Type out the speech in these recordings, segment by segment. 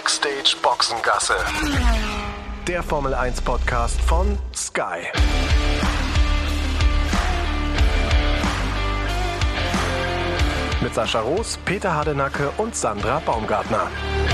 Backstage Boxengasse. Der Formel 1 Podcast von Sky. Mit Sascha Roos, Peter Hardenacke und Sandra Baumgartner.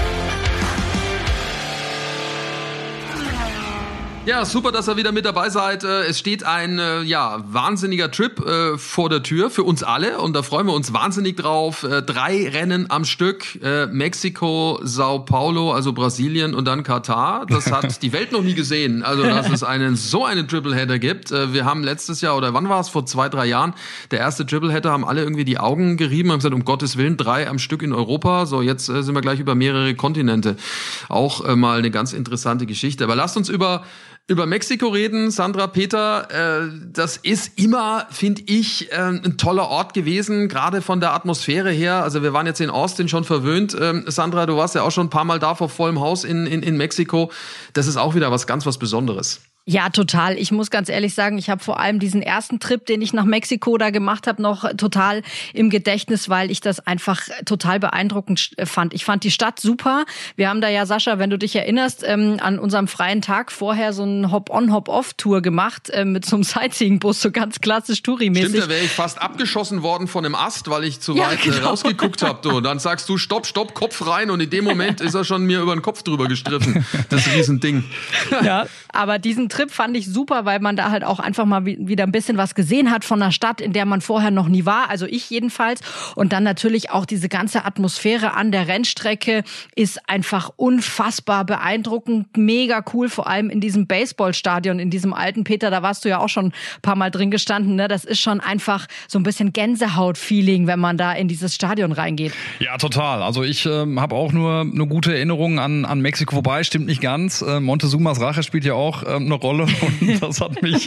Ja, super, dass ihr wieder mit dabei seid. Es steht ein wahnsinniger Trip vor der Tür für uns alle und da freuen wir uns wahnsinnig drauf. 3 Rennen am Stück, Mexiko, Sao Paulo, also Brasilien und dann Katar. Das hat die Welt noch nie gesehen, also dass es so einen Tripleheader gibt. Wir haben letztes Jahr, oder wann war es, vor 2-3 Jahren, der erste Tripleheader, haben alle irgendwie die Augen gerieben, haben gesagt, um Gottes Willen, 3 am Stück in Europa. So, jetzt sind wir gleich über mehrere Kontinente. Auch mal eine ganz interessante Geschichte. Aber lasst uns über Mexiko reden, Sandra, Peter, das ist immer, finde ich, ein toller Ort gewesen, gerade von der Atmosphäre her. Also wir waren jetzt in Austin schon verwöhnt. Sandra, du warst ja auch schon ein paar Mal da vor vollem Haus in Mexiko. Das ist auch wieder was Besonderes. Ja, total. Ich muss ganz ehrlich sagen, ich habe vor allem diesen ersten Trip, den ich nach Mexiko da gemacht habe, noch total im Gedächtnis, weil ich das einfach total beeindruckend fand. Ich fand die Stadt super. Wir haben da ja, Sascha, wenn du dich erinnerst, an unserem freien Tag vorher so ein Hop-on, Hop-off-Tour gemacht mit so einem Sightseeing-Bus, so ganz klassisch Touri-mäßig. Stimmt, da wäre ich fast abgeschossen worden von einem Ast, weil ich zu weit rausgeguckt habe. Dann sagst du, stopp, Kopf rein und in dem Moment ist er schon mir über den Kopf drüber gestriffen. Das Riesending. Ja, aber diesen Trip fand ich super, weil man da halt auch einfach mal wieder ein bisschen was gesehen hat von einer Stadt, in der man vorher noch nie war, also ich jedenfalls. Und dann natürlich auch diese ganze Atmosphäre an der Rennstrecke ist einfach unfassbar beeindruckend, mega cool, vor allem in diesem Baseballstadion, in diesem alten, Peter, da warst du ja auch schon ein paar Mal drin gestanden, ne? Das ist schon einfach so ein bisschen Gänsehaut-Feeling, wenn man da in dieses Stadion reingeht. Ja, total. Also ich habe auch nur gute Erinnerungen an Mexiko, wobei, stimmt nicht ganz. Montezumas Rache spielt ja auch eine Rolle und das hat mich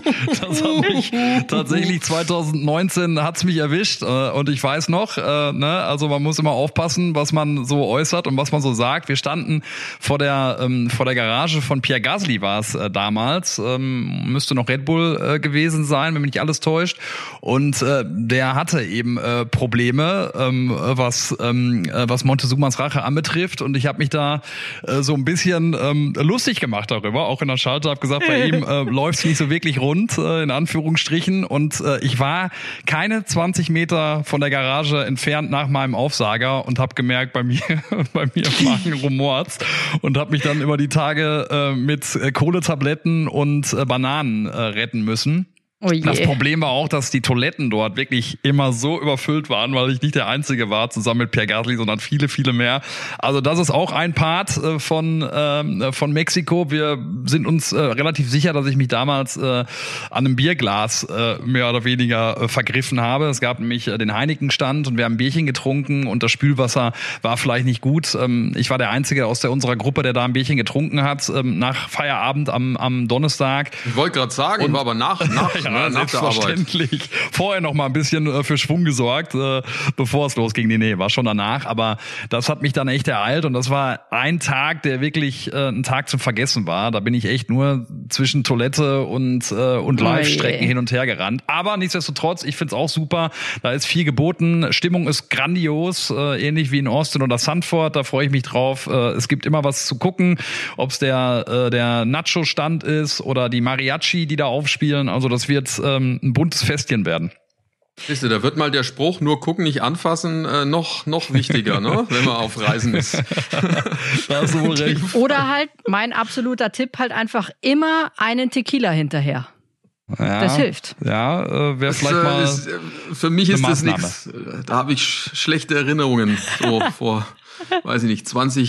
tatsächlich 2019 hat's mich erwischt und ich weiß noch, also man muss immer aufpassen, was man so äußert und was man so sagt. Wir standen vor der Garage von Pierre Gasly war es damals, müsste noch Red Bull gewesen sein, wenn mich nicht alles täuscht, und der hatte eben Probleme, was Montezumas Rache anbetrifft, und ich habe mich da so ein bisschen lustig gemacht darüber, auch in der Schalte, habe gesagt, bei ihm läuft's nicht so wirklich rund, in Anführungsstrichen, und ich war keine 20 Meter von der Garage entfernt nach meinem Aufsager und habe gemerkt, bei mir im Magen rumort's, und habe mich dann über die Tage mit Kohletabletten und Bananen retten müssen. Oh je. Das Problem war auch, dass die Toiletten dort wirklich immer so überfüllt waren, weil ich nicht der Einzige war, zusammen mit Pierre Gasly, sondern viele, viele mehr. Also das ist auch ein Part von Mexiko. Wir sind uns relativ sicher, dass ich mich damals an einem Bierglas mehr oder weniger vergriffen habe. Es gab nämlich den Heineken-Stand und wir haben ein Bierchen getrunken und das Spülwasser war vielleicht nicht gut. Ich war der Einzige aus unserer Gruppe, der da ein Bierchen getrunken hat, nach Feierabend am Donnerstag. Ich wollte gerade sagen, war aber nach ja, selbstverständlich. Vorher noch mal ein bisschen für Schwung gesorgt, bevor es losging. Nee, war schon danach. Aber das hat mich dann echt ereilt und das war ein Tag, der wirklich ein Tag zum Vergessen war. Da bin ich echt nur zwischen Toilette und Live-Strecken hin und her gerannt. Aber nichtsdestotrotz, ich find's auch super. Da ist viel geboten. Stimmung ist grandios, ähnlich wie in Austin oder Zandvoort. Da freue ich mich drauf. Es gibt immer was zu gucken, ob es der Nacho-Stand ist oder die Mariachi, die da aufspielen. Also das wird ein buntes Festchen werden. Siehst du, da wird mal der Spruch, nur gucken, nicht anfassen, noch wichtiger, ne? Wenn man auf Reisen ist. Da hast du wohl recht. Oder halt, mein absoluter Tipp, halt einfach immer einen Tequila hinterher. Ja, das hilft. Ja, wäre vielleicht mal für mich ist das Maßnahme. nichts. Da habe ich schlechte Erinnerungen. So vor, weiß ich nicht,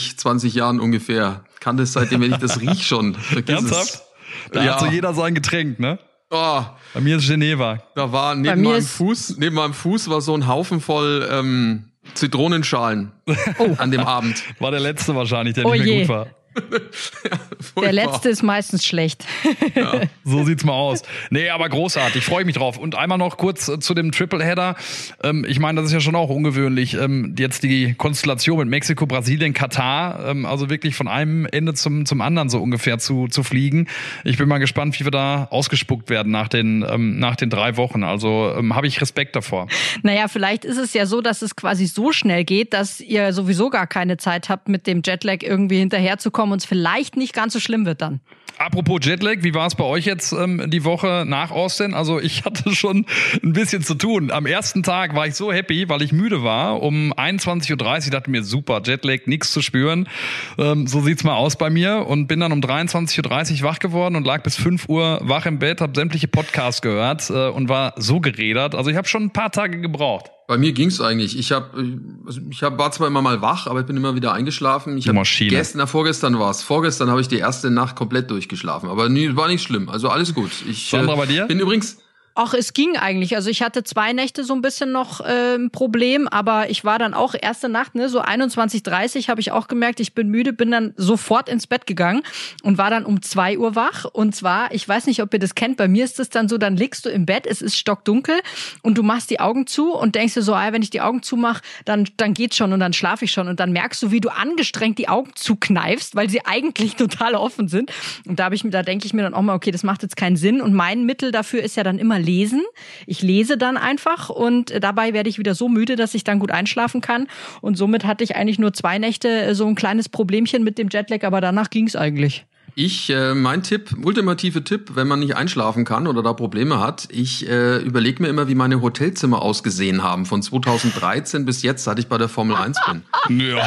20 Jahren ungefähr. Kann das seitdem, wenn ich das riech schon. Ernsthaft? Da hat so jeder sein Getränk, ne? Oh, bei mir ist Geneva. Da war neben meinem Fuß war so ein Haufen voll Zitronenschalen an dem Abend. War der letzte wahrscheinlich, der nicht mehr gut war. Der letzte ist meistens schlecht. Ja, so sieht's mal aus. Nee, aber großartig, freue ich mich drauf. Und einmal noch kurz zu dem Tripleheader. Ich meine, das ist ja schon auch ungewöhnlich. Jetzt die Konstellation mit Mexiko, Brasilien, Katar, also wirklich von einem Ende zum anderen so ungefähr zu fliegen. Ich bin mal gespannt, wie wir da ausgespuckt werden nach den 3 Wochen. Also habe ich Respekt davor. Naja, vielleicht ist es ja so, dass es quasi so schnell geht, dass ihr sowieso gar keine Zeit habt, mit dem Jetlag irgendwie hinterherzukommen und es vielleicht nicht ganz so schlimm wird dann. Apropos Jetlag, wie war es bei euch jetzt die Woche nach Austin? Also ich hatte schon ein bisschen zu tun. Am ersten Tag war ich so happy, weil ich müde war. Um 21.30 Uhr dachte mir, super, Jetlag, nichts zu spüren. So sieht's mal aus bei mir. Und bin dann um 23.30 Uhr wach geworden und lag bis 5 Uhr wach im Bett, habe sämtliche Podcasts gehört und war so gerädert. Also ich habe schon ein paar Tage gebraucht. Bei mir ging's eigentlich. Ich war zwar immer mal wach, aber ich bin immer wieder eingeschlafen. Vorgestern habe ich die erste Nacht komplett durchgeschlafen. Aber war nicht schlimm. Also alles gut. Sandra, bei dir? Bin übrigens... Ach, es ging eigentlich. Also ich hatte 2 Nächte so ein bisschen noch ein Problem, aber ich war dann auch erste Nacht, ne, so 21:30 habe ich auch gemerkt, ich bin müde, bin dann sofort ins Bett gegangen und war dann um 2 Uhr wach. Und zwar, ich weiß nicht, ob ihr das kennt, bei mir ist es dann so, dann liegst du im Bett, es ist stockdunkel und du machst die Augen zu und denkst dir so, wenn ich die Augen zumache, dann geht's schon und dann schlafe ich schon. Und dann merkst du, wie du angestrengt die Augen zukneifst, weil sie eigentlich total offen sind. Und da denke ich mir dann auch mal, okay, das macht jetzt keinen Sinn. Und mein Mittel dafür ist ja dann immer lesen. Ich lese dann einfach und dabei werde ich wieder so müde, dass ich dann gut einschlafen kann. Und somit hatte ich eigentlich nur 2 Nächte so ein kleines Problemchen mit dem Jetlag, aber danach ging es eigentlich. Mein ultimative Tipp, wenn man nicht einschlafen kann oder da Probleme hat, ich überlege mir immer, wie meine Hotelzimmer ausgesehen haben von 2013 bis jetzt, seit ich bei der Formel 1 bin. Ja.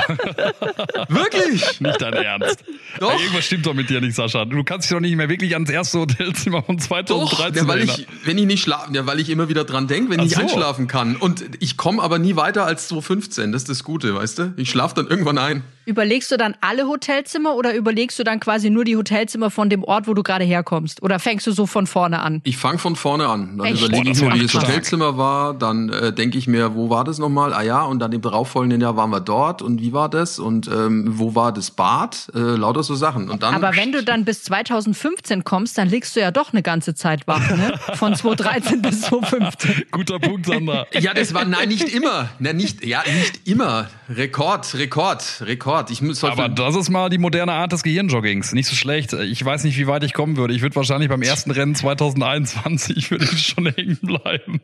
Wirklich? Nicht dein Ernst. Doch. Ey, irgendwas stimmt doch mit dir nicht, Sascha. Du kannst dich doch nicht mehr wirklich ans erste Hotelzimmer von 2013 erinnern. Weil ich immer wieder dran denke, wenn ich nicht einschlafen kann. Und ich komme aber nie weiter als 2015. Das ist das Gute, weißt du? Ich schlafe dann irgendwann ein. Überlegst du dann alle Hotelzimmer oder überlegst du dann quasi nur die Hotelzimmer von dem Ort, wo du gerade herkommst? Oder fängst du so von vorne an? Ich fange von vorne an. Dann Echt? überlege ich mir, wie das Hotelzimmer war. Dann denke ich mir, wo war das nochmal? Ah ja, und dann im darauffolgenden Jahr waren wir dort. Und wie war das? Und wo war das Bad? Lauter so Sachen. Und dann, aber wenn du dann bis 2015 kommst, dann liegst du ja doch eine ganze Zeit wach, ne? Von 2013 bis 2015. Guter Punkt, Sandra. Ja, das war, nicht immer. Nicht immer. Rekord. Aber das ist mal die moderne Art des Gehirnjoggings. Nicht so schlecht. Ich weiß nicht, wie weit ich kommen würde. Ich würde wahrscheinlich beim ersten Rennen 2021 würde ich schon hängen bleiben.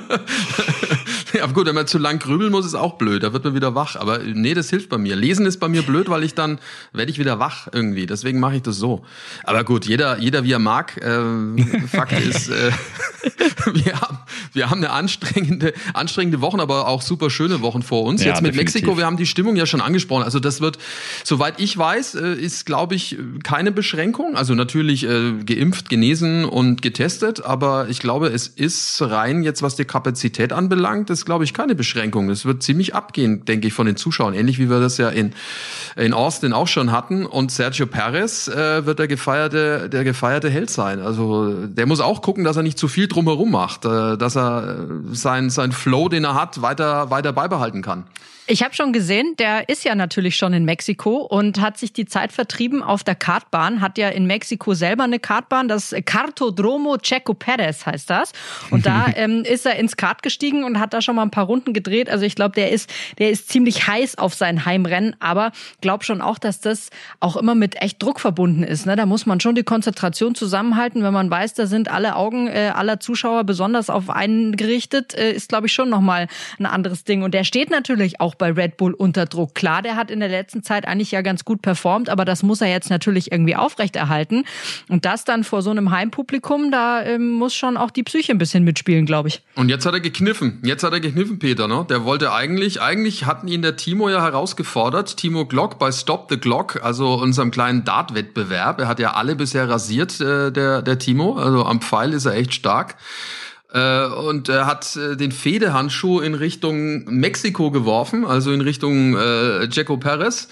Ja, gut, wenn man zu lang grübeln muss, ist auch blöd. Da wird man wieder wach. Aber nee, das hilft bei mir. Lesen ist bei mir blöd, weil werde ich wieder wach irgendwie. Deswegen mache ich das so. Aber gut, jeder wie er mag. Fakt ist, wir haben eine anstrengende Wochen, aber auch super schöne Wochen vor uns. Ja, jetzt mit definitiv. Mexiko, wir haben die Stimmung ja schon angesprochen. Also das wird, soweit ich weiß, ist, glaube ich, keine Beschränkung. Also natürlich geimpft, genesen und getestet, aber ich glaube, es ist rein jetzt, was die Kapazität anbelangt, ist, glaube ich, keine Beschränkung. Es wird ziemlich abgehen, denke ich, von den Zuschauern. Ähnlich wie wir das ja in Austin auch schon hatten. Und Sergio Perez wird der gefeierte Held sein. Also der muss auch gucken, dass er nicht zu viel drumherum macht, dass er sein Flow, den er hat, weiter beibehalten kann. Ich habe schon gesehen, der ist ja natürlich schon in Mexiko und hat sich die Zeit vertrieben auf der Kartbahn, hat ja in Mexiko selber eine Kartbahn, das Kartodromo Checo Perez heißt das. Und da ist er ins Kart gestiegen und hat da schon mal ein paar Runden gedreht. Also ich glaube, der ist ziemlich heiß auf sein Heimrennen, aber glaube schon auch, dass das auch immer mit echt Druck verbunden ist. Ne? Da muss man schon die Konzentration zusammenhalten, wenn man weiß, da sind alle Augen aller Zuschauer besonders auf einen gerichtet, ist glaube ich schon nochmal ein anderes Ding. Und der steht natürlich auch bei Red Bull unter Druck. Klar, der hat in der letzten Zeit eigentlich ja ganz gut performt, aber das muss er jetzt natürlich irgendwie aufrechterhalten. Und das dann vor so einem Heimpublikum, da muss schon auch die Psyche ein bisschen mitspielen, glaube ich. Und jetzt hat er gekniffen. Peter, ne? Der wollte eigentlich hatten ihn der Timo ja herausgefordert, Timo Glock bei Stop the Glock, also unserem kleinen Dart-Wettbewerb. Er hat ja alle bisher rasiert, der Timo. Also am Pfeil ist er echt stark. Und er hat den Fehdehandschuh in Richtung Mexiko geworfen, also in Richtung Checo Perez.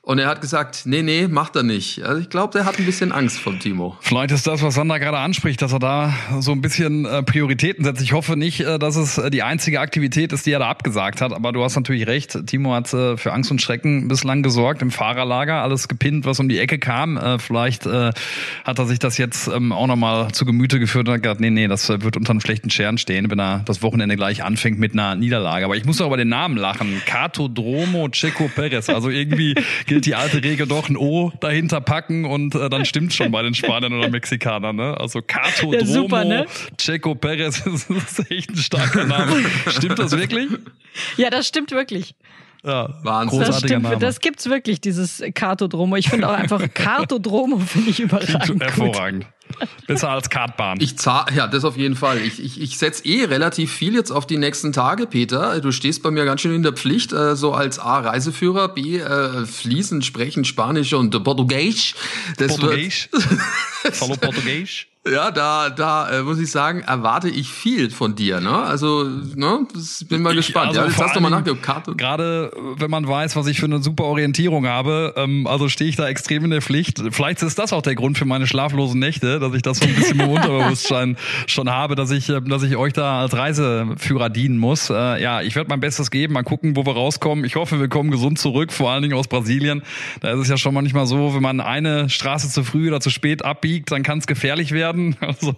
Und er hat gesagt, nee, macht er nicht. Also ich glaube, der hat ein bisschen Angst vom Timo. Vielleicht ist das, was Sander gerade anspricht, dass er da so ein bisschen Prioritäten setzt. Ich hoffe nicht, dass es die einzige Aktivität ist, die er da abgesagt hat. Aber du hast natürlich recht. Timo hat für Angst und Schrecken bislang gesorgt im Fahrerlager. Alles gepinnt, was um die Ecke kam. Vielleicht hat er sich das jetzt auch nochmal zu Gemüte geführt und hat gesagt, nee, das wird unter einem schlechten Stern stehen, wenn er das Wochenende gleich anfängt mit einer Niederlage. Aber ich muss doch über den Namen lachen. Kartodromo Checo Perez. Also irgendwie gilt die alte Regel doch, ein O dahinter packen und dann stimmt's schon bei den Spaniern oder Mexikanern. Ne? Also Kartodromo Checo Perez, das ist echt ein starker Name. Stimmt das wirklich? Ja, das stimmt wirklich. Ja, Wahnsinn. großartiger Name. Das gibt's wirklich, dieses Kartodromo. Ich finde auch einfach Kartodromo finde ich überragend. Hervorragend. Besser als Kartbahn. Ja, das auf jeden Fall. Ich setze relativ viel jetzt auf die nächsten Tage, Peter. Du stehst bei mir ganz schön in der Pflicht, so als A, Reiseführer, B, fließend sprechen Spanisch und Portugiesisch. Portugiesisch? Hallo Portugiesisch? Ja, da muss ich sagen, erwarte ich viel von dir, ne? Also, ne, bin mal gespannt. Also ja, jetzt hast du mal nachgeguckt. Gerade wenn man weiß, was ich für eine super Orientierung habe, also stehe ich da extrem in der Pflicht. Vielleicht ist das auch der Grund für meine schlaflosen Nächte, dass ich das so ein bisschen im Unterbewusstsein schon habe, dass ich euch da als Reiseführer dienen muss. Ja, ich werde mein Bestes geben, mal gucken, wo wir rauskommen. Ich hoffe, wir kommen gesund zurück, vor allen Dingen aus Brasilien. Da ist es ja schon manchmal so, wenn man eine Straße zu früh oder zu spät abbiegt, dann kann es gefährlich werden. Also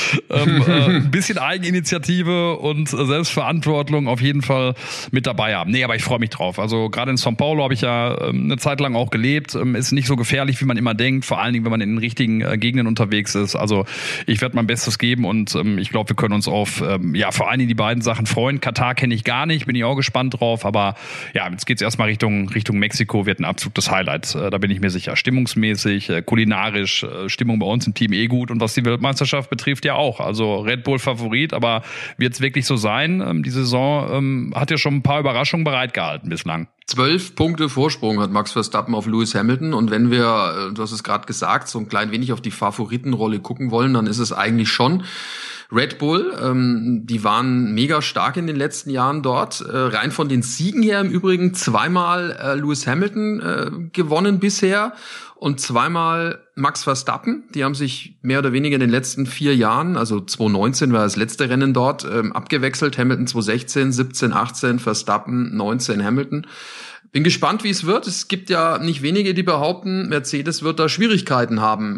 ein bisschen Eigeninitiative und Selbstverantwortung auf jeden Fall mit dabei haben. Nee, aber ich freue mich drauf. Also gerade in São Paulo habe ich ja eine Zeit lang auch gelebt. Ist nicht so gefährlich, wie man immer denkt. Vor allen Dingen, wenn man in den richtigen Gegenden unterwegs ist. Also ich werde mein Bestes geben und ich glaube, wir können uns auf vor allen Dingen die beiden Sachen freuen. Katar kenne ich gar nicht, bin ich auch gespannt drauf. Aber ja, jetzt geht's erstmal Richtung Mexiko, wird ein absolutes Highlight. Da bin ich mir sicher. Stimmungsmäßig, kulinarisch, Stimmung bei uns im Team gut und was die Weltmeisterschaft betrifft ja auch. Also Red Bull Favorit, aber wird es wirklich so sein? Die Saison hat ja schon ein paar Überraschungen bereitgehalten bislang. 12 Punkte Vorsprung hat Max Verstappen auf Lewis Hamilton und wenn wir, du hast es gerade gesagt, so ein klein wenig auf die Favoritenrolle gucken wollen, dann ist es eigentlich schon Red Bull. Die waren mega stark in den letzten Jahren dort. Rein von den Siegen her im Übrigen zweimal Lewis Hamilton gewonnen bisher und zweimal Max Verstappen. Die haben sich mehr oder weniger in den letzten 4 Jahren, also 2019 war das letzte Rennen dort, abgewechselt. Hamilton 2016, 17, 18, Verstappen 19, Hamilton. Bin gespannt, wie es wird. Es gibt ja nicht wenige, die behaupten, Mercedes wird da Schwierigkeiten haben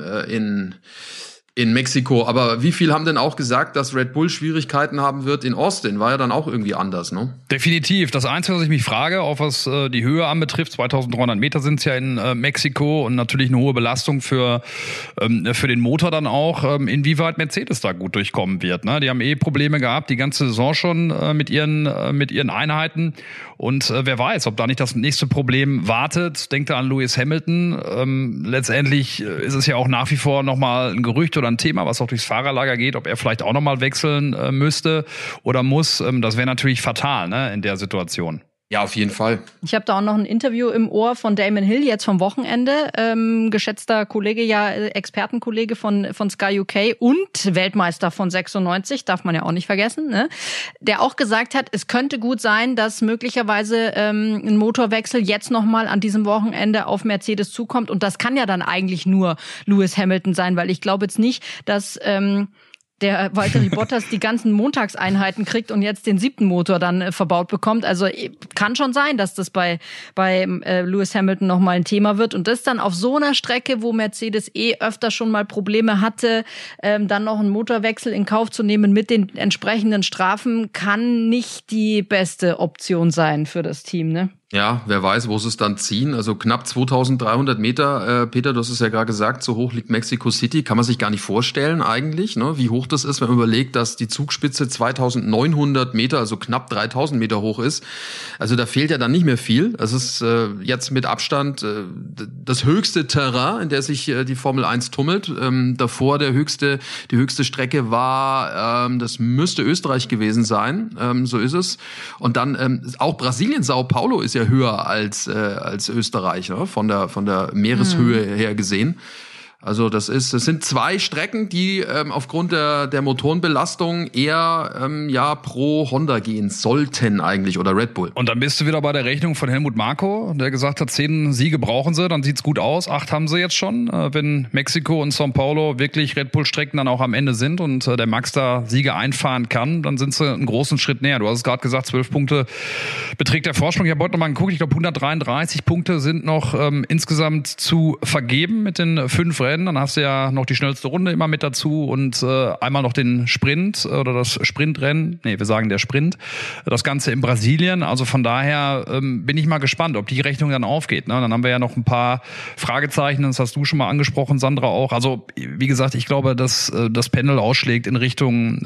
in Mexiko. Aber wie viel haben denn auch gesagt, dass Red Bull Schwierigkeiten haben wird in Austin? War ja dann auch irgendwie anders, ne? Definitiv. Das Einzige, was ich mich frage, auch was die Höhe anbetrifft, 2300 Meter sind es ja in Mexiko und natürlich eine hohe Belastung für den Motor dann auch, inwieweit Mercedes da gut durchkommen wird. Ne? Die haben Probleme gehabt, die ganze Saison schon mit ihren Einheiten. Und wer weiß, ob da nicht das nächste Problem wartet. Denkt da an Lewis Hamilton. Letztendlich ist es ja auch nach wie vor nochmal ein Gerücht oder ein Thema, was auch durchs Fahrerlager geht, ob er vielleicht auch nochmal wechseln müsste oder muss. Das wäre natürlich fatal, ne, in der Situation. Ja, auf jeden Fall. Ich habe da auch noch ein Interview im Ohr von Damon Hill jetzt vom Wochenende, geschätzter Kollege, Expertenkollege von Sky UK und Weltmeister von 96, darf man ja auch nicht vergessen, ne? Der auch gesagt hat, es könnte gut sein, dass möglicherweise ein Motorwechsel jetzt nochmal an diesem Wochenende auf Mercedes zukommt und das kann ja dann eigentlich nur Lewis Hamilton sein, weil ich glaube jetzt nicht, dass der Valtteri Bottas die ganzen Montagseinheiten kriegt und jetzt den 7. Motor dann verbaut bekommt. Also kann schon sein, dass das bei Lewis Hamilton nochmal ein Thema wird. Und das dann auf so einer Strecke, wo Mercedes öfter schon mal Probleme hatte, dann noch einen Motorwechsel in Kauf zu nehmen mit den entsprechenden Strafen, kann nicht die beste Option sein für das Team, ne? Ja, wer weiß, wo sie es dann ziehen. Also knapp 2300 Meter, Peter, du hast es ja gerade gesagt, so hoch liegt Mexico City. Kann man sich gar nicht vorstellen eigentlich, ne? Wie hoch das ist, wenn man überlegt, dass die Zugspitze 2900 Meter, also knapp 3000 Meter hoch ist. Also da fehlt ja dann nicht mehr viel. Das ist jetzt mit Abstand das höchste Terrain, in der sich die Formel 1 tummelt. Davor die höchste Strecke war, das müsste Österreich gewesen sein. So ist es. Und dann auch Brasilien, Sao Paulo ist ja höher als Österreich, ne? von der Meereshöhe her gesehen. Also es sind 2 Strecken, die aufgrund der Motorenbelastung eher pro Honda gehen sollten eigentlich oder Red Bull. Und dann bist du wieder bei der Rechnung von Helmut Marko, der gesagt hat, 10 Siege brauchen sie, dann sieht's gut aus. 8 haben sie jetzt schon. Wenn Mexiko und São Paulo wirklich Red Bull-Strecken dann auch am Ende sind und der Max da Siege einfahren kann, dann sind sie einen großen Schritt näher. Du hast es gerade gesagt, 12 Punkte beträgt der Vorsprung. Ich habe heute nochmal geguckt, ich glaube 133 Punkte sind noch insgesamt zu vergeben mit den 5 Rennen. Dann hast du ja noch die schnellste Runde immer mit dazu und einmal noch den Sprint oder das Sprintrennen. Nee, wir sagen der Sprint. Das Ganze in Brasilien. Also von daher bin ich mal gespannt, ob die Rechnung dann aufgeht. Ne? Dann haben wir ja noch ein paar Fragezeichen. Das hast du schon mal angesprochen, Sandra auch. Also wie gesagt, ich glaube, dass das Pendel ausschlägt in Richtung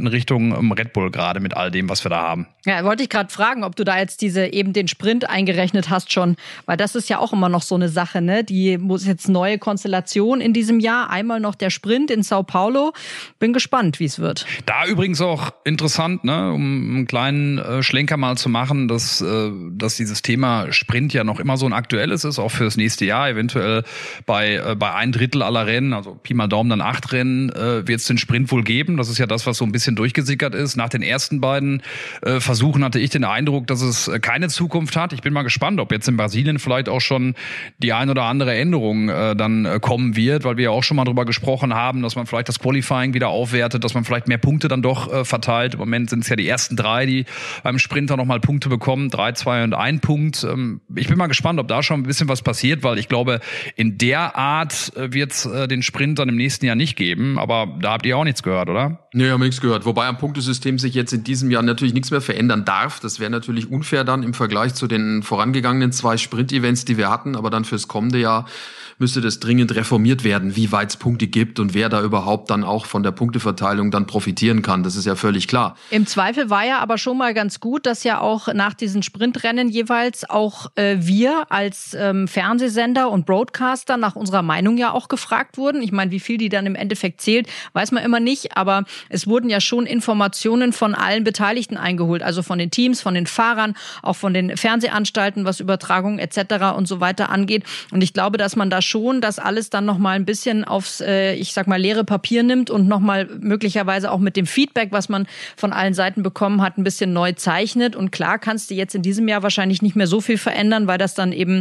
Red Bull gerade mit all dem, was wir da haben. Ja, wollte ich gerade fragen, ob du da jetzt eben den Sprint eingerechnet hast schon. Weil das ist ja auch immer noch so eine Sache, ne? Die muss jetzt neue Konstellation in diesem Jahr. Einmal noch der Sprint in Sao Paulo. Bin gespannt, wie es wird. Da übrigens auch interessant, ne, um einen kleinen Schlenker mal zu machen, dass dieses Thema Sprint ja noch immer so ein aktuelles ist, auch für das nächste Jahr. Eventuell bei 1/3 aller Rennen, also Pi mal Daumen dann 8 Rennen, wird es den Sprint wohl geben. Das ist ja das, was so ein bisschen durchgesickert ist. Nach den ersten beiden Versuchen hatte ich den Eindruck, dass es keine Zukunft hat. Ich bin mal gespannt, ob jetzt in Brasilien vielleicht auch schon die ein oder andere Änderung dann kommen wird, weil wir ja auch schon mal drüber gesprochen haben, dass man vielleicht das Qualifying wieder aufwertet, dass man vielleicht mehr Punkte dann doch verteilt. Im Moment sind es ja die ersten 3, die beim Sprinter nochmal Punkte bekommen. 3, 2 und 1 Punkt. Ich bin mal gespannt, ob da schon ein bisschen was passiert, weil ich glaube, in der Art wird es den Sprint dann im nächsten Jahr nicht geben. Aber da habt ihr auch nichts gehört, oder? Nee, haben wir nichts gehört. Wobei am Punktesystem sich jetzt in diesem Jahr natürlich nichts mehr verändern darf. Das wäre natürlich unfair dann im Vergleich zu den vorangegangenen 2 Sprint-Events, die wir hatten. Aber dann fürs kommende Jahr müsste das dringend reformiert werden, wie weit es Punkte gibt und wer da überhaupt dann auch von der Punkteverteilung dann profitieren kann. Das ist ja völlig klar. Im Zweifel war ja aber schon mal ganz gut, dass ja auch nach diesen Sprintrennen jeweils auch wir als Fernsehsender und Broadcaster nach unserer Meinung ja auch gefragt wurden. Ich meine, wie viel die dann im Endeffekt zählt, weiß man immer nicht, aber es wurden ja schon Informationen von allen Beteiligten eingeholt, also von den Teams, von den Fahrern, auch von den Fernsehanstalten, was Übertragung etc. und so weiter angeht. Und ich glaube, dass man da schon das alles dann nochmal ein bisschen aufs, leere Papier nimmt und nochmal möglicherweise auch mit dem Feedback, was man von allen Seiten bekommen hat, ein bisschen neu zeichnet. Und klar kannst du jetzt in diesem Jahr wahrscheinlich nicht mehr so viel verändern, weil das dann eben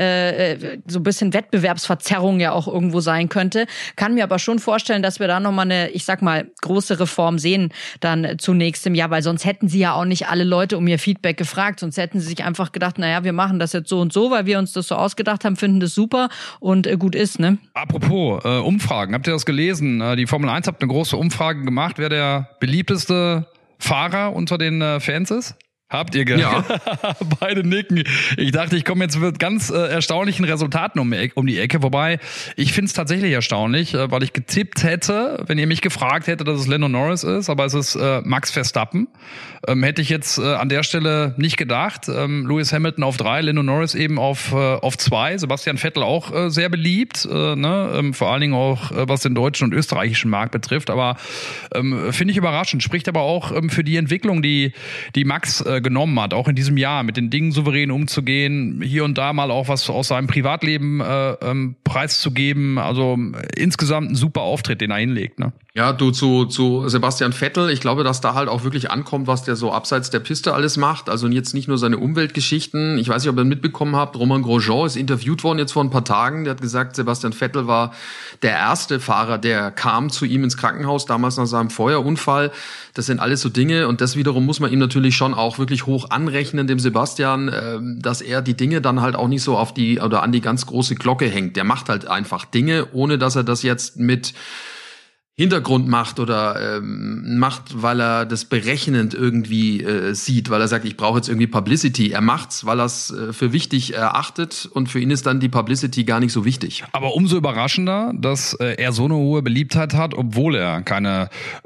so ein bisschen Wettbewerbsverzerrung ja auch irgendwo sein könnte. Kann mir aber schon vorstellen, dass wir da nochmal eine, große Reform sehen dann zunächst im Jahr, weil sonst hätten sie ja auch nicht alle Leute um ihr Feedback gefragt, sonst hätten sie sich einfach gedacht, naja, wir machen das jetzt so und so, weil wir uns das so ausgedacht haben, finden das super und gut ist, ne? Apropos Umfragen, habt ihr das gelesen? Die Formel 1 hat eine große Umfrage gemacht, wer der beliebteste Fahrer unter den Fans ist? Habt ihr Ja. Beide nicken. Ich dachte, ich komme jetzt mit ganz erstaunlichen Resultaten um die Ecke. Wobei, ich finde es tatsächlich erstaunlich, weil ich getippt hätte, wenn ihr mich gefragt hättet, dass es Lando Norris ist, aber es ist Max Verstappen. Hätte ich jetzt an der Stelle nicht gedacht. Lewis Hamilton auf 3, Lando Norris eben auf 2. Sebastian Vettel auch sehr beliebt, vor allen Dingen auch, was den deutschen und österreichischen Markt betrifft. Aber finde ich überraschend. Spricht aber auch für die Entwicklung, die Max genommen hat, auch in diesem Jahr, mit den Dingen souverän umzugehen, hier und da mal auch was aus seinem Privatleben preiszugeben. Also insgesamt ein super Auftritt, den er hinlegt, ne? Ja, du zu Sebastian Vettel, ich glaube, dass da halt auch wirklich ankommt, was der so abseits der Piste alles macht. Also jetzt nicht nur seine Umweltgeschichten. Ich weiß nicht, ob ihr mitbekommen habt, Romain Grosjean ist interviewt worden jetzt vor ein paar Tagen. Der hat gesagt, Sebastian Vettel war der erste Fahrer, der kam zu ihm ins Krankenhaus, damals nach seinem Feuerunfall. Das sind alles so Dinge und das wiederum muss man ihm natürlich schon auch wirklich hoch anrechnen, dem Sebastian, dass er die Dinge dann halt auch nicht so auf die oder an die ganz große Glocke hängt. Der macht halt einfach Dinge, ohne dass er das jetzt mit Hintergrund macht oder macht, weil er das berechnend irgendwie sieht, weil er sagt, ich brauche jetzt irgendwie Publicity. Er macht's, weil er es für wichtig erachtet und für ihn ist dann die Publicity gar nicht so wichtig. Aber umso überraschender, dass er so eine hohe Beliebtheit hat, obwohl er keine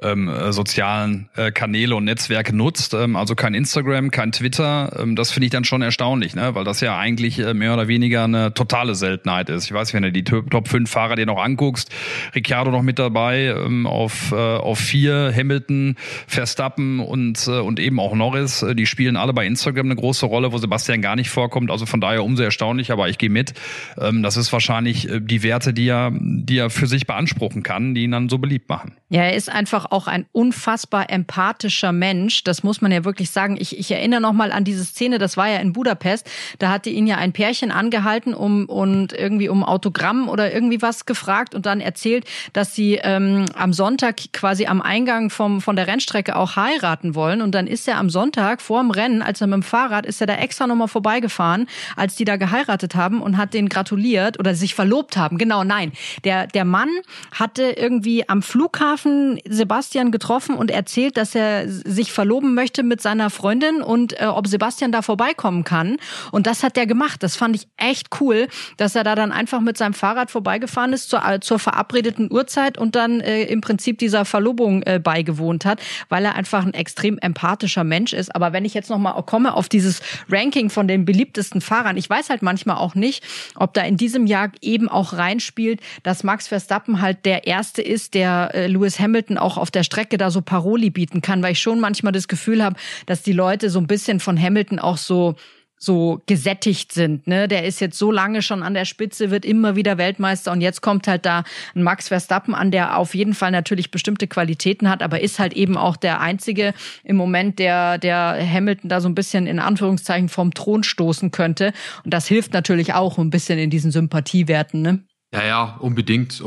sozialen Kanäle und Netzwerke nutzt, also kein Instagram, kein Twitter. Das finde ich dann schon erstaunlich, ne? Weil das ja eigentlich mehr oder weniger eine totale Seltenheit ist. Ich weiß, wenn du die Top 5 Fahrer dir noch anguckst, Ricciardo noch mit dabei, auf 4, Hamilton, Verstappen und eben auch Norris. Die spielen alle bei Instagram eine große Rolle, wo Sebastian gar nicht vorkommt. Also von daher umso erstaunlich, aber ich gehe mit. Das ist wahrscheinlich die Werte, die er für sich beanspruchen kann, die ihn dann so beliebt machen. Ja, er ist einfach auch ein unfassbar empathischer Mensch. Das muss man ja wirklich sagen. Ich erinnere noch mal an diese Szene, das war ja in Budapest. Da hatte ihn ja ein Pärchen angehalten und irgendwie um Autogramm oder irgendwie was gefragt und dann erzählt, dass sie am Sonntag quasi am Eingang von der Rennstrecke auch heiraten wollen. Und dann ist er am Sonntag vor dem Rennen, als er mit dem Fahrrad, ist er da extra nochmal vorbeigefahren, als die da geheiratet haben und hat denen gratuliert oder sich verlobt haben. Genau, nein. Der Mann hatte irgendwie am Flughafen Sebastian getroffen und erzählt, dass er sich verloben möchte mit seiner Freundin und ob Sebastian da vorbeikommen kann. Und das hat er gemacht. Das fand ich echt cool, dass er da dann einfach mit seinem Fahrrad vorbeigefahren ist zur verabredeten Uhrzeit und dann im Prinzip dieser Verlobung beigewohnt hat, weil er einfach ein extrem empathischer Mensch ist. Aber wenn ich jetzt nochmal komme auf dieses Ranking von den beliebtesten Fahrern, ich weiß halt manchmal auch nicht, ob da in diesem Jahr eben auch reinspielt, dass Max Verstappen halt der Erste ist, der Lewis Hamilton auch auf der Strecke da so Paroli bieten kann, weil ich schon manchmal das Gefühl habe, dass die Leute so ein bisschen von Hamilton auch so gesättigt sind, ne? Der ist jetzt so lange schon an der Spitze, wird immer wieder Weltmeister und jetzt kommt halt da ein Max Verstappen an, der auf jeden Fall natürlich bestimmte Qualitäten hat, aber ist halt eben auch der Einzige im Moment, der Hamilton da so ein bisschen in Anführungszeichen vom Thron stoßen könnte. Und das hilft natürlich auch ein bisschen in diesen Sympathiewerten, ne? Ja, unbedingt.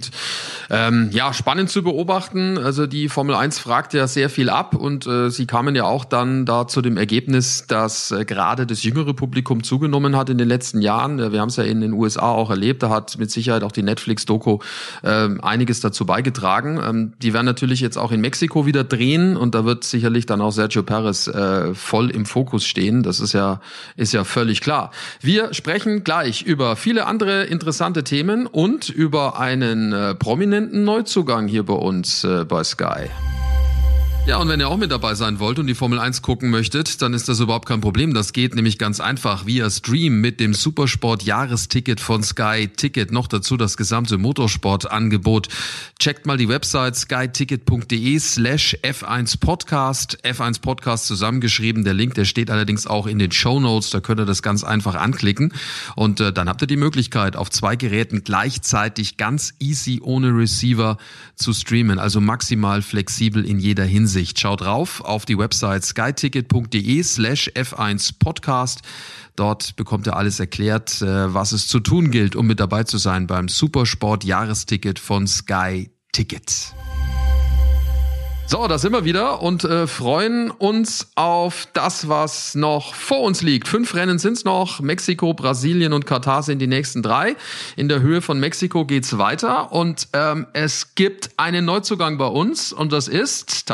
Ja, spannend zu beobachten. Also die Formel 1 fragt ja sehr viel ab und sie kamen ja auch dann da zu dem Ergebnis, dass gerade das jüngere Publikum zugenommen hat in den letzten Jahren. Wir haben es ja in den USA auch erlebt, da hat mit Sicherheit auch die Netflix-Doku einiges dazu beigetragen. Die werden natürlich jetzt auch in Mexiko wieder drehen und da wird sicherlich dann auch Sergio Perez voll im Fokus stehen. Das ist ja völlig klar. Wir sprechen gleich über viele andere interessante Themen und über einen prominenten Neuzugang hier bei uns bei Sky. Ja, und wenn ihr auch mit dabei sein wollt und die Formel 1 gucken möchtet, dann ist das überhaupt kein Problem. Das geht nämlich ganz einfach via Stream mit dem Supersport-Jahresticket von Sky Ticket. Noch dazu das gesamte Motorsport-Angebot. Checkt mal die Website skyticket.de/F1Podcast. F1 Podcast zusammengeschrieben. Der Link, der steht allerdings auch in den Shownotes. Da könnt ihr das ganz einfach anklicken. Und dann habt ihr die Möglichkeit, auf 2 Geräten gleichzeitig ganz easy ohne Receiver zu streamen. Also maximal flexibel in jeder Hinsicht. Schaut drauf auf die Website skyticket.de/F1Podcast. Dort bekommt ihr alles erklärt, was es zu tun gilt, um mit dabei zu sein beim Supersport-Jahresticket von Sky Ticket. So, da sind wir wieder und freuen uns auf das, was noch vor uns liegt. 5 Rennen sind's noch. Mexiko, Brasilien und Katar sind die nächsten 3. In der Höhe von Mexiko geht's weiter und es gibt einen Neuzugang bei uns und das ist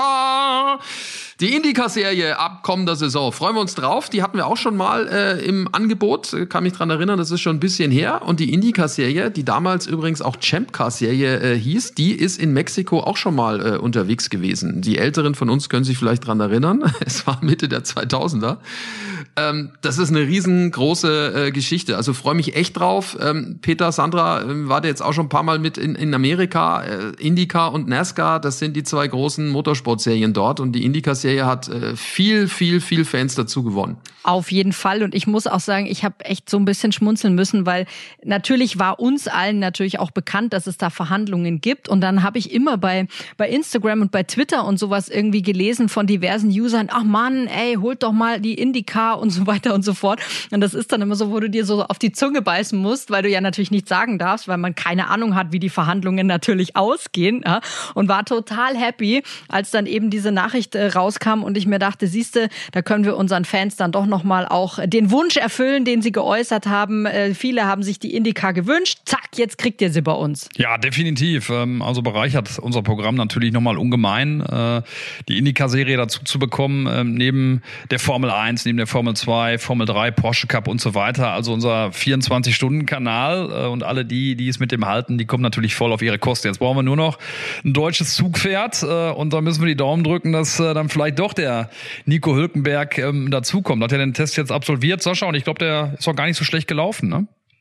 die IndyCar-Serie ab kommender Saison. Freuen wir uns drauf. Die hatten wir auch schon mal im Angebot. Kann mich dran erinnern, das ist schon ein bisschen her. Und die IndyCar-Serie, die damals übrigens auch Champ-Car-Serie hieß, die ist in Mexiko auch schon mal unterwegs gewesen. Die Älteren von uns können sich vielleicht dran erinnern. Es war Mitte der 2000er. Das ist eine riesengroße Geschichte. Also freue mich echt drauf. Peter, Sandra, war der jetzt auch schon ein paar Mal mit in Amerika. IndyCar und NASCAR, das sind die 2 großen Motorsportserien dort. Und die IndyCar-Serie hat viel Fans dazu gewonnen. Auf jeden Fall. Und ich muss auch sagen, ich habe echt so ein bisschen schmunzeln müssen, weil natürlich war uns allen natürlich auch bekannt, dass es da Verhandlungen gibt. Und dann habe ich immer bei Instagram und bei Twitter und sowas irgendwie gelesen von diversen Usern, ach Mann, ey, holt doch mal die IndyCar und so weiter und so fort. Und das ist dann immer so, wo du dir so auf die Zunge beißen musst, weil du ja natürlich nichts sagen darfst, weil man keine Ahnung hat, wie die Verhandlungen natürlich ausgehen. Ja? Und war total happy, als dann eben diese Nachricht rauskam und ich mir dachte, siehste, da können wir unseren Fans dann doch nochmal auch den Wunsch erfüllen, den sie geäußert haben. Viele haben sich die IndyCar gewünscht. Zack, jetzt kriegt ihr sie bei uns. Ja, definitiv. Also bereichert unser Programm natürlich nochmal ungemein, die IndyCar-Serie dazu zu bekommen, neben der Formel 1, neben der Formel 2, Formel 3, Porsche Cup und so weiter. Also unser 24-Stunden-Kanal und alle die es mit dem halten, die kommen natürlich voll auf ihre Kosten. Jetzt brauchen wir nur noch ein deutsches Zugpferd und da müssen wir die Daumen drücken, dass dann vielleicht doch der Nico Hülkenberg dazukommt. Hat er den Test jetzt absolviert, Sascha? Und ich glaube, der ist auch gar nicht so schlecht gelaufen, ne?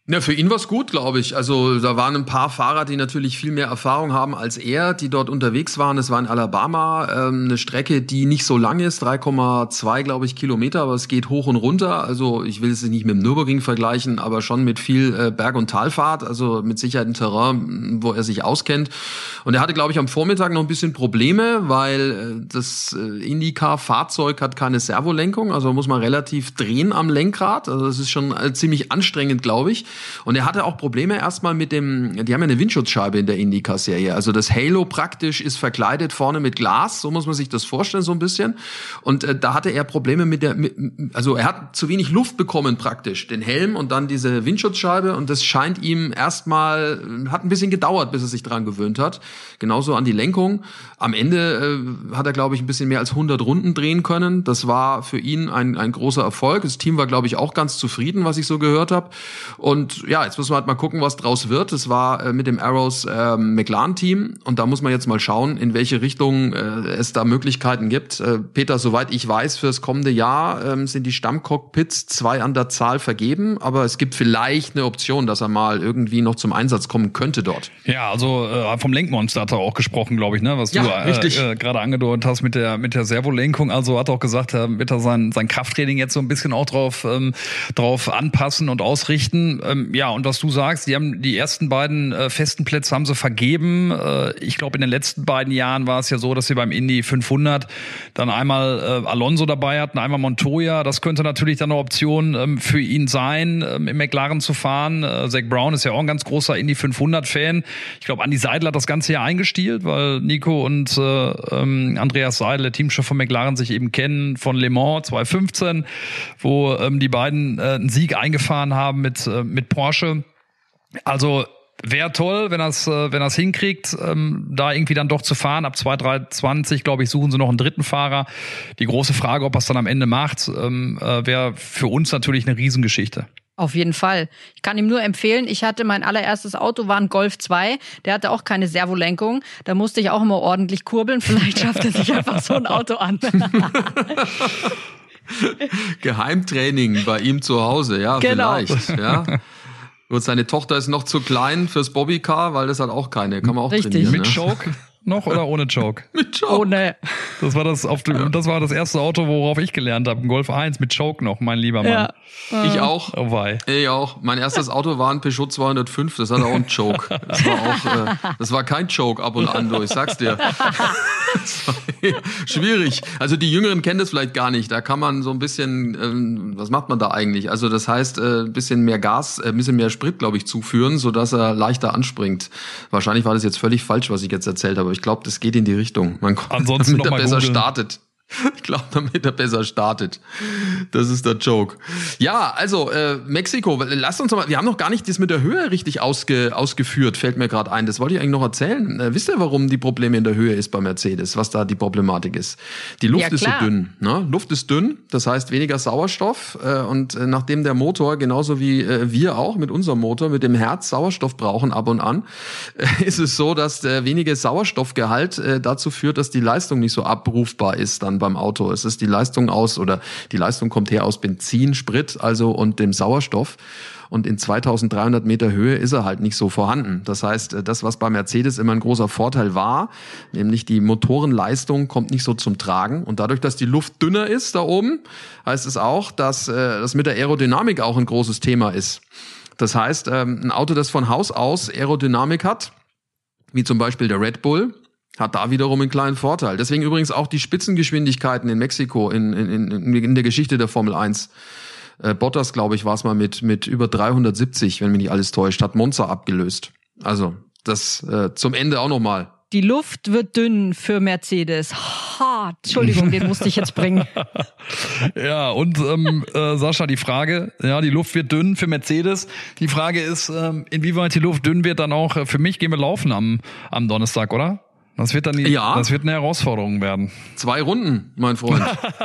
Ja, für ihn war's gut, glaube ich. Also da waren ein paar Fahrer, die natürlich viel mehr Erfahrung haben als er, die dort unterwegs waren. Es war in Alabama, eine Strecke, die nicht so lang ist, 3,2, glaube ich, Kilometer, aber es geht hoch und runter. Also ich will es nicht mit dem Nürburgring vergleichen, aber schon mit viel Berg- und Talfahrt, also mit Sicherheit ein Terrain, wo er sich auskennt. Und er hatte, glaube ich, am Vormittag noch ein bisschen Probleme, weil das IndyCar-Fahrzeug hat keine Servolenkung, also muss man relativ drehen am Lenkrad. Also das ist schon ziemlich anstrengend, glaube ich. Und er hatte auch Probleme erstmal die haben ja eine Windschutzscheibe in der IndyCar-Serie. Also das Halo praktisch ist verkleidet vorne mit Glas, so muss man sich das vorstellen so ein bisschen. Und da hatte er Probleme also er hat zu wenig Luft bekommen praktisch, den Helm und dann diese Windschutzscheibe. Und das scheint ihm hat ein bisschen gedauert, bis er sich dran gewöhnt hat. Genauso an die Lenkung. Am Ende hat er, glaube ich, ein bisschen mehr als 100 Runden drehen können. Das war für ihn ein großer Erfolg. Das Team war, glaube ich, auch ganz zufrieden, was ich so gehört habe. Und ja, jetzt müssen wir halt mal gucken, was draus wird. Das war mit dem Arrows McLaren-Team. Und da muss man jetzt mal schauen, in welche Richtung es da Möglichkeiten gibt. Peter, soweit ich weiß, fürs kommende Jahr sind die Stammcockpits 2 an der Zahl vergeben. Aber es gibt vielleicht eine Option, dass er mal irgendwie noch zum Einsatz kommen könnte dort. Ja, also vom Lenkmonster hat er auch gesprochen, glaube ich, ne? Was ja, du gerade angedeutet hast mit der Servolenkung. Also hat er auch gesagt, er wird sein Krafttraining jetzt so ein bisschen auch drauf anpassen und ausrichten. Ja, und was du sagst, die haben die ersten beiden festen Plätze haben sie vergeben. Ich glaube, in den letzten beiden Jahren war es ja so, dass sie beim Indy 500 dann einmal Alonso dabei hatten, einmal Montoya. Das könnte natürlich dann eine Option für ihn sein, im McLaren zu fahren. Zach Brown ist ja auch ein ganz großer Indy 500-Fan. Ich glaube, Andi Seidel hat das ganze Jahr eingestielt, weil Nico und Andreas Seidel, der Teamchef von McLaren, sich eben kennen von Le Mans 2015, wo die beiden einen Sieg eingefahren haben mit Porsche. Also wäre toll, wenn das hinkriegt, da irgendwie dann doch zu fahren. Ab 2023, glaube ich, suchen sie noch einen dritten Fahrer. Die große Frage, ob er es dann am Ende macht, wäre für uns natürlich eine Riesengeschichte. Auf jeden Fall. Ich kann ihm nur empfehlen, mein allererstes Auto war ein Golf 2, der hatte auch keine Servolenkung, da musste ich auch immer ordentlich kurbeln, vielleicht schafft er sich einfach so ein Auto an. Geheimtraining bei ihm zu Hause, ja, genau. Vielleicht, ja. Gut, seine Tochter ist noch zu klein fürs Bobbycar, weil das hat auch keine, kann man auch trainieren. Mit Choke noch oder ohne Choke? Mit Choke. Ohne. Das war das erste Auto, worauf ich gelernt habe, ein Golf 1 mit Choke noch, mein lieber Mann. Ja. Ich auch. Oh wei. Ich auch. Mein erstes Auto war ein Peugeot 205, das hatte auch einen Choke. Das war kein Choke ab und an, du, ich sag's dir. Das war schwierig. Also die Jüngeren kennen das vielleicht gar nicht. Da kann man so ein bisschen, was macht man da eigentlich? Also das heißt, ein bisschen mehr Gas, ein bisschen mehr Sprit, glaube ich, zuführen, sodass er leichter anspringt. Wahrscheinlich war das jetzt völlig falsch, was ich jetzt erzählt habe. Ich glaube, das geht in die Richtung. Man kommt, ansonsten damit er besser googlen. startet. Ich glaube, damit er besser startet. Das ist der Joke. Ja, also Mexiko, lasst uns mal, wir haben noch gar nicht das mit der Höhe richtig ausgeführt, fällt mir gerade ein. Das wollte ich eigentlich noch erzählen. Wisst ihr, warum die Probleme in der Höhe ist bei Mercedes? Was da die Problematik ist? Die Luft ist so dünn. Ne? Luft ist dünn, das heißt weniger Sauerstoff. Und nachdem der Motor, genauso wie wir auch mit unserem Motor, mit dem Herz Sauerstoff brauchen ab und an, ist es so, dass der wenige Sauerstoffgehalt dazu führt, dass die Leistung nicht so abrufbar ist dann beim Auto. Es ist die Leistung kommt her aus Benzin, Sprit, also und dem Sauerstoff. Und in 2300 Meter Höhe ist er halt nicht so vorhanden. Das heißt, das, was bei Mercedes immer ein großer Vorteil war, nämlich die Motorenleistung kommt nicht so zum Tragen. Und dadurch, dass die Luft dünner ist da oben, heißt es auch, dass das mit der Aerodynamik auch ein großes Thema ist. Das heißt, ein Auto, das von Haus aus Aerodynamik hat, wie zum Beispiel der Red Bull, hat da wiederum einen kleinen Vorteil. Deswegen übrigens auch die Spitzengeschwindigkeiten in Mexiko in der Geschichte der Formel 1. Bottas, glaube ich, war es mal mit über 370, wenn mich nicht alles täuscht, hat Monza abgelöst. Also das zum Ende auch nochmal. Die Luft wird dünn für Mercedes. Entschuldigung, den musste ich jetzt bringen. Ja, und Sascha, die Frage, ja, die Luft wird dünn für Mercedes. Die Frage ist, inwieweit die Luft dünn wird dann auch für mich. Gehen wir laufen am Donnerstag, oder? Das wird dann das wird eine Herausforderung werden. 2 Runden, mein Freund.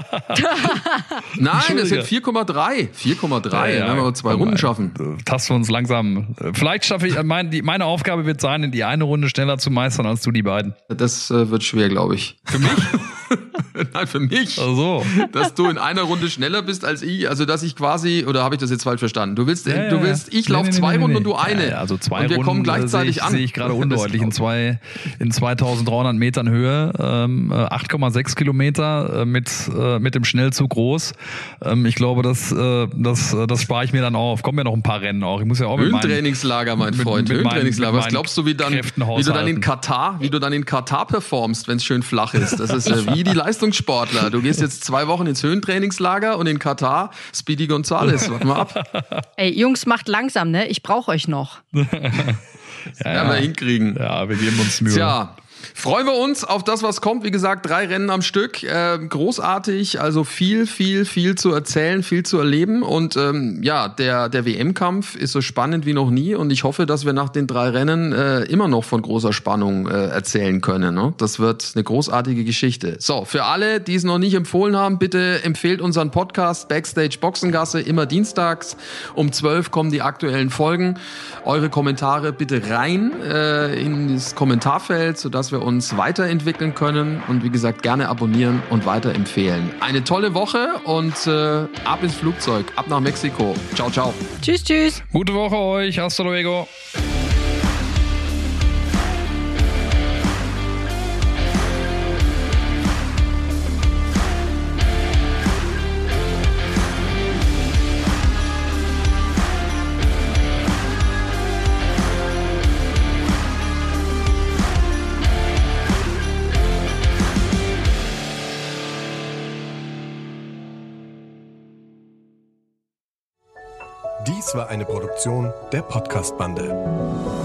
Nein, es sind 4,3. 4,3, ja, wenn wir 2 Runden schaffen. Tasten wir uns langsam. Vielleicht schaffe ich, meine Aufgabe wird sein, die eine Runde schneller zu meistern als du die beiden. Das wird schwer, glaube ich. Für mich? Nein, für mich. Ach so. Dass du in einer Runde schneller bist als ich, also dass ich quasi, oder habe ich das jetzt falsch verstanden? Du willst, ich laufe zwei Runden und du eine. Ja, also zwei und wir Runden kommen gleichzeitig an. Sehe ich gerade undeutlich in 2300 Metern Höhe, 8,6 Kilometer mit dem Schnellzug groß. Ich glaube, das spare ich mir dann auf. Kommen ja noch ein paar Rennen auch. Ich muss ja auch Höhentrainingslager, mein Freund. Höhentrainingslager. Was glaubst du, wie du dann in Katar performst, wenn es schön flach ist? Das ist wie die Leistungssportler. Du gehst jetzt 2 Wochen ins Höhentrainingslager und in Katar Speedy Gonzales. Warte mal ab. Ey, Jungs, macht langsam, ne? Ich brauche euch noch. Ja, wir hinkriegen. Ja, wir geben uns Mühe. Tja. Freuen wir uns auf das, was kommt. Wie gesagt, 3 Rennen am Stück. Großartig, also viel zu erzählen, viel zu erleben. Und der WM-Kampf ist so spannend wie noch nie. Und ich hoffe, dass wir nach den 3 Rennen immer noch von großer Spannung erzählen können. Ne? Das wird eine großartige Geschichte. So, für alle, die es noch nicht empfohlen haben, bitte empfehlt unseren Podcast Backstage Boxengasse. Immer dienstags um 12 kommen die aktuellen Folgen. Eure Kommentare bitte rein in das Kommentarfeld, sodass wir uns weiterentwickeln können und wie gesagt gerne abonnieren und weiterempfehlen. Eine tolle Woche und ab ins Flugzeug, ab nach Mexiko. Ciao, ciao. Tschüss, tschüss. Gute Woche euch. Hasta luego. Dies war eine Produktion der Podcast-Bande.